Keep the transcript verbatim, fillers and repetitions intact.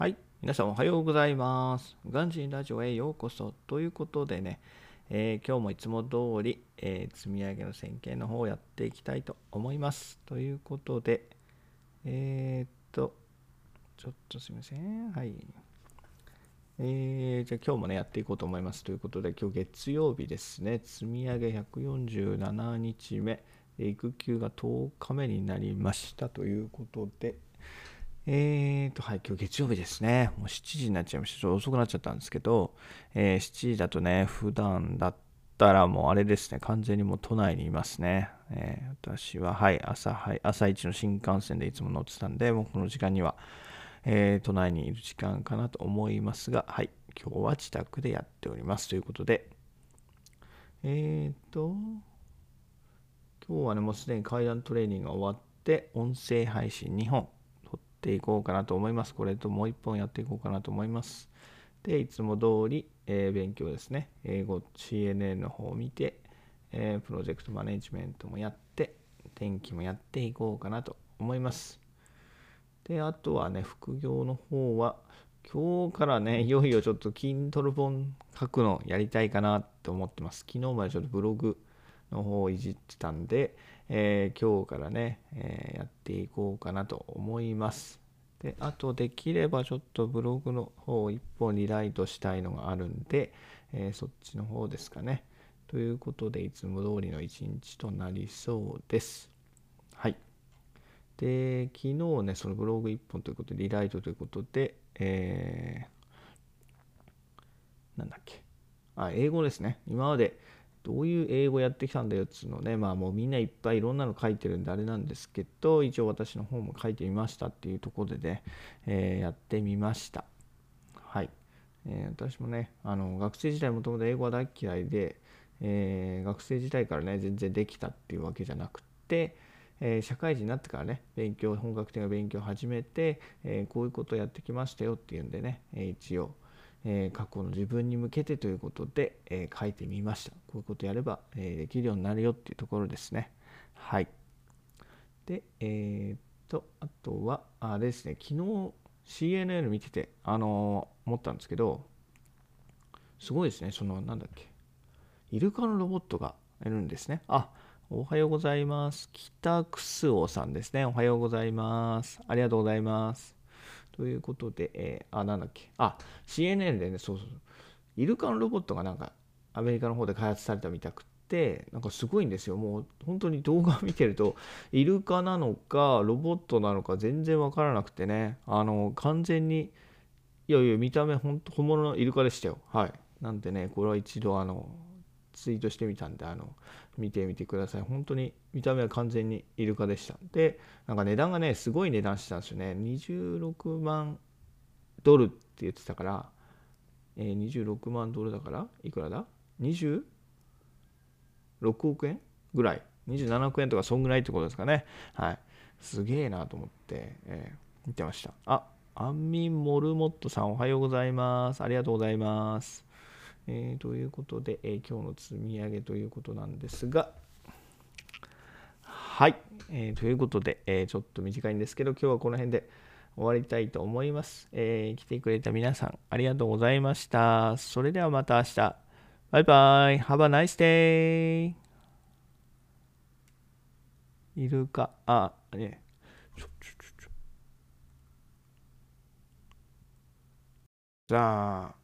はい、皆さんおはようございます。ガンジーラジオへようこそということでね、えー今日もいつも通り、えー積み上げの線形の方をやっていきたいと思います。ということで、えーっと、ちょっとすみません。はい。えー、じゃあ今日もね、やっていこうと思います。ということで、今日月曜日ですね、積み上げひゃくよんじゅうななにちめ、えー育休がとおかめになりましたということで、えーと、はい、今日月曜日ですね。もうしちじになっちゃいました。ちょっと遅くなっちゃったんですけど、えーしちじだとね、普段だったらもうあれですね、完全にもう都内にいますね。えー私は、はい、朝、はい、朝一の新幹線でいつも乗ってたんで、もうこの時間には、えー都内にいる時間かなと思いますが、はい、今日は自宅でやっておりますということで、えーと、今日はね、もうすでに階段トレーニングが終わって、音声配信にほん撮っていこうかなと思います。これともういっぽんやっていこうかなと思います。で、いつも通り、えー勉強ですね。英語 シーエヌエヌ の方を見て、えープロジェクトマネジメントもやって、天気もやっていこうかなと思います。で、あとはね、副業の方は、今日からね、いよいよちょっと Kindle 本書くのやりたいかなと思ってます。昨日までちょっとブログの方をいじってたんで、えー今日からね、えーやっていこうかなと思います。で、あとできればちょっとブログの方を一本リライトしたいのがあるんで、えーそっちの方ですかね。ということで、いつも通りの一日となりそうです。はい。で、昨日ね、そのブログいっぽんということで、リライトということで、えー、なんだっけ。あ、英語ですね。今までどういう英語やってきたんだよっつうのね、まあもうみんないっぱいいろんなの書いてるんであれなんですけど、一応私の方も書いてみましたっていうところでね、えーやってみました。はい。えー私もね、あの学生時代もともと英語は大嫌いで、えー学生時代からね、全然できたっていうわけじゃなくて、えー社会人になってからね、勉強、本格的な勉強を始めて、えーこういうことをやってきましたよっていうんでね、えー一応、えー過去の自分に向けてということで、えー書いてみました。こういうことやれば、えーできるようになるよっていうところですね。はい。で、えーっと、あとは、あれですね、昨日 シーエヌエヌ 見てて、あのー思ったんですけど、すごいですね、その、なんだっけ、イルカのロボットがいるんですね。あ、おはようございます。北クスオさんですね。おはようございます。ありがとうございます。ということで、えーあ、なんだっけ、あ、シーエヌエヌ でね、そうそうそう、イルカのロボットがなんか、アメリカの方で開発されたみたくって、なんかすごいんですよ。もう本当に動画を見てると、イルカなのか、ロボットなのか全然わからなくてね、あの、完全に、いやいや、見た目本当本物のイルカでしたよ。はい。なんでね、これは一度あの、ツイートしてみたんで、あの、見てみてください。本当に見た目は完全にイルカでした。で、なんか値段がね、すごい値段してたんですよね。にじゅうろくまんドルって言ってたから、えー、にじゅうろくまんドルだから、いくらだ？ にじゅうろく 億円ぐらい。にじゅうななおく円とか、そんぐらいってことですかね。はい。すげえなと思って、えー見てました。あ、アンミンモルモットさんおはようございます。ありがとうございます。えーということで、えー今日の積み上げということなんですが、はい。えーということで、えーちょっと短いんですけど、今日はこの辺で終わりたいと思います。えー来てくれた皆さん、ありがとうございました。それではまた明日。バイバイ。Have a nice day. いるか、あ、ね。ちょちょちょちょじゃあ、